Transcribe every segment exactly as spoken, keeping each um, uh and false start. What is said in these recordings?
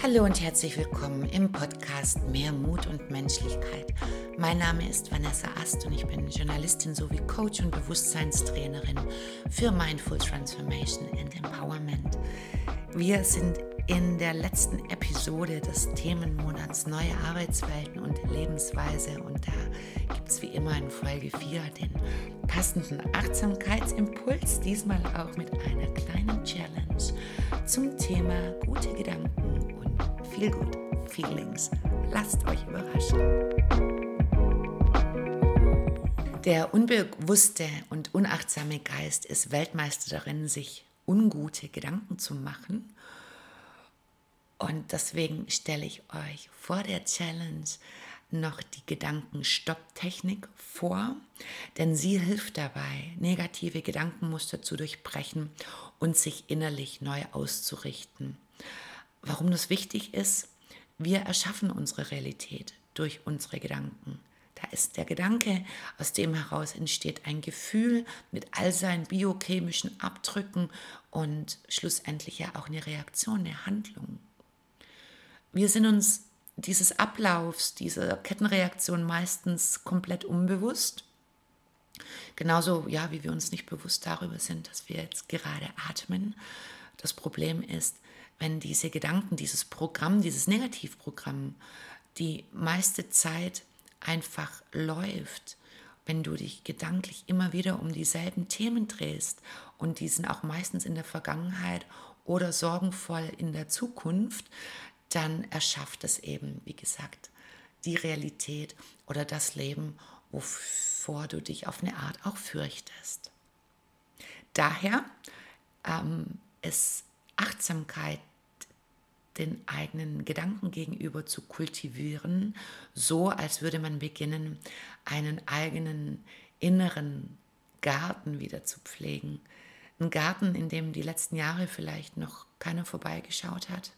Hallo und herzlich willkommen im Podcast Mehr Mut und Menschlichkeit. Mein Name ist Vanessa Ast und ich bin Journalistin sowie Coach und Bewusstseinstrainerin für Mindful Transformation and Empowerment. Wir sind in der letzten Episode des Themenmonats Neue Arbeitswelten und Lebensweise und da gibt es wie immer in Folge vier den passenden Achtsamkeitsimpuls, diesmal auch mit einer kleinen Challenge zum Thema gute Gedanken und Feel Good Feelings. Lasst euch überraschen. Der unbewusste und unachtsame Geist ist Weltmeister darin, sich ungute Gedanken zu machen. Und deswegen stelle ich euch vor der Challenge noch die Gedankenstopp-Technik vor, denn sie hilft dabei, negative Gedankenmuster zu durchbrechen und sich innerlich neu auszurichten. Warum das wichtig ist? Wir erschaffen unsere Realität durch unsere Gedanken. Da ist der Gedanke, aus dem heraus entsteht ein Gefühl mit all seinen biochemischen Abdrücken und schlussendlich ja auch eine Reaktion, eine Handlung. Wir sind uns dieses Ablaufs, dieser Kettenreaktion meistens komplett unbewusst. Genauso, ja, wie wir uns nicht bewusst darüber sind, dass wir jetzt gerade atmen. Das Problem ist, wenn diese Gedanken, dieses Programm, dieses Negativprogramm die meiste Zeit einfach läuft, wenn du dich gedanklich immer wieder um dieselben Themen drehst und die sind auch meistens in der Vergangenheit oder sorgenvoll in der Zukunft, dann erschafft es eben, wie gesagt, die Realität oder das Leben, wovor du dich auf eine Art auch fürchtest. Daher ähm, ist Achtsamkeit, den eigenen Gedanken gegenüber zu kultivieren, so als würde man beginnen, einen eigenen inneren Garten wieder zu pflegen. Ein Garten, in dem die letzten Jahre vielleicht noch keiner vorbeigeschaut hat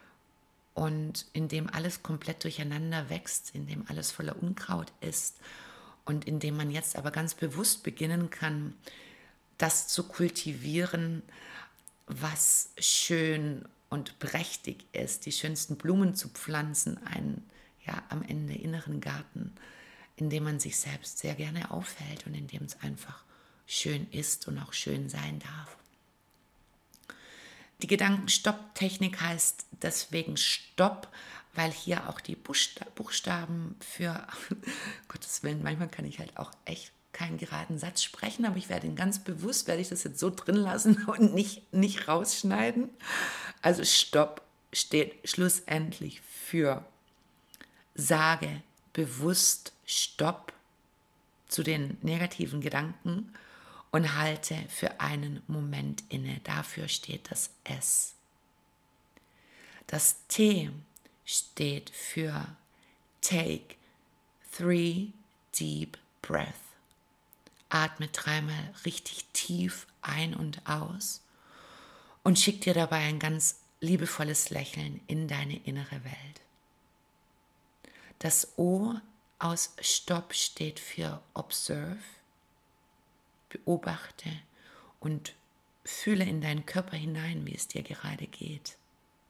und in dem alles komplett durcheinander wächst, in dem alles voller Unkraut ist und in dem man jetzt aber ganz bewusst beginnen kann, das zu kultivieren, was schön und prächtig ist, die schönsten Blumen zu pflanzen, einen ja, am Ende inneren Garten, in dem man sich selbst sehr gerne aufhält und in dem es einfach schön ist und auch schön sein darf. Die Gedankenstopp-Technik heißt deswegen Stopp, weil hier auch die Buchstaben für, Gottes Willen, manchmal kann ich halt auch echt keinen geraden Satz sprechen, aber ich werde ihn ganz bewusst, werde ich das jetzt so drin lassen und nicht, nicht rausschneiden. Also Stopp steht schlussendlich für sage bewusst Stopp zu den negativen Gedanken und halte für einen Moment inne. Dafür steht das S. Das T steht für Take three deep breath. Atme dreimal richtig tief ein und aus und schick dir dabei ein ganz liebevolles Lächeln in deine innere Welt. Das O aus Stopp steht für Observe. Beobachte und fühle in deinen Körper hinein, wie es dir gerade geht.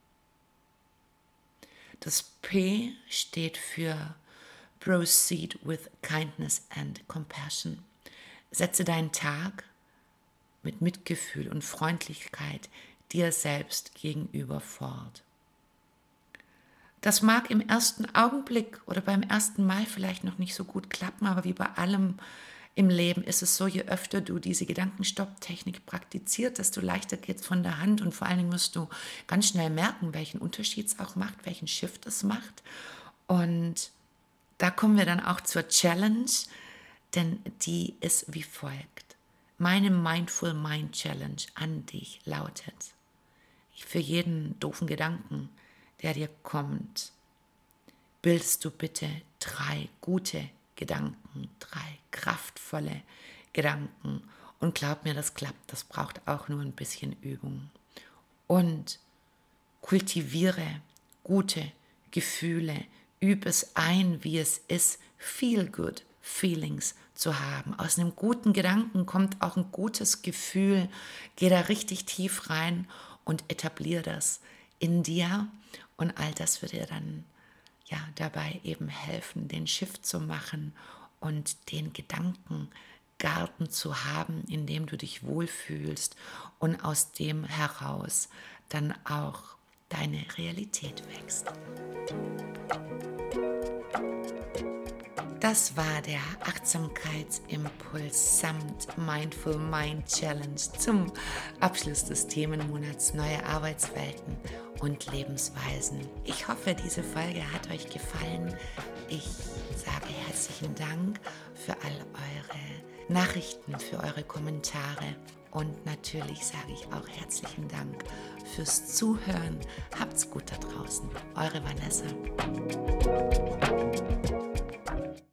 Das P steht für Proceed with Kindness and Compassion. Setze deinen Tag mit Mitgefühl und Freundlichkeit dir selbst gegenüber fort. Das mag im ersten Augenblick oder beim ersten Mal vielleicht noch nicht so gut klappen, aber wie bei allem im Leben ist es so, je öfter du diese Gedankenstopp-Technik praktizierst, desto leichter geht es von der Hand und vor allen Dingen wirst du ganz schnell merken, welchen Unterschied es auch macht, welchen Shift es macht. Und da kommen wir dann auch zur Challenge, denn die ist wie folgt. Meine Mindful Mind Challenge an dich lautet: Für jeden doofen Gedanken, der dir kommt, bildest du bitte drei gute Gedanken, drei kraftvolle Gedanken. Und glaub mir, das klappt, das braucht auch nur ein bisschen Übung. Und kultiviere gute Gefühle, üb es ein, wie es ist, feel good Feelings zu haben. Aus einem guten Gedanken kommt auch ein gutes Gefühl. Geh da richtig tief rein und etabliere das in dir und all das wird dir dann ja dabei eben helfen, den Shift zu machen und den Gedankengarten zu haben, in dem du dich wohlfühlst und aus dem heraus dann auch deine Realität wächst. Das war der Achtsamkeitsimpuls samt Mindful Mind Challenge zum Abschluss des Themenmonats Neue Arbeitswelten und Lebensweisen. Ich hoffe, diese Folge hat euch gefallen. Ich sage herzlichen Dank für all eure Nachrichten, für eure Kommentare und natürlich sage ich auch herzlichen Dank fürs Zuhören. Habt's gut da draußen. Eure Vanessa.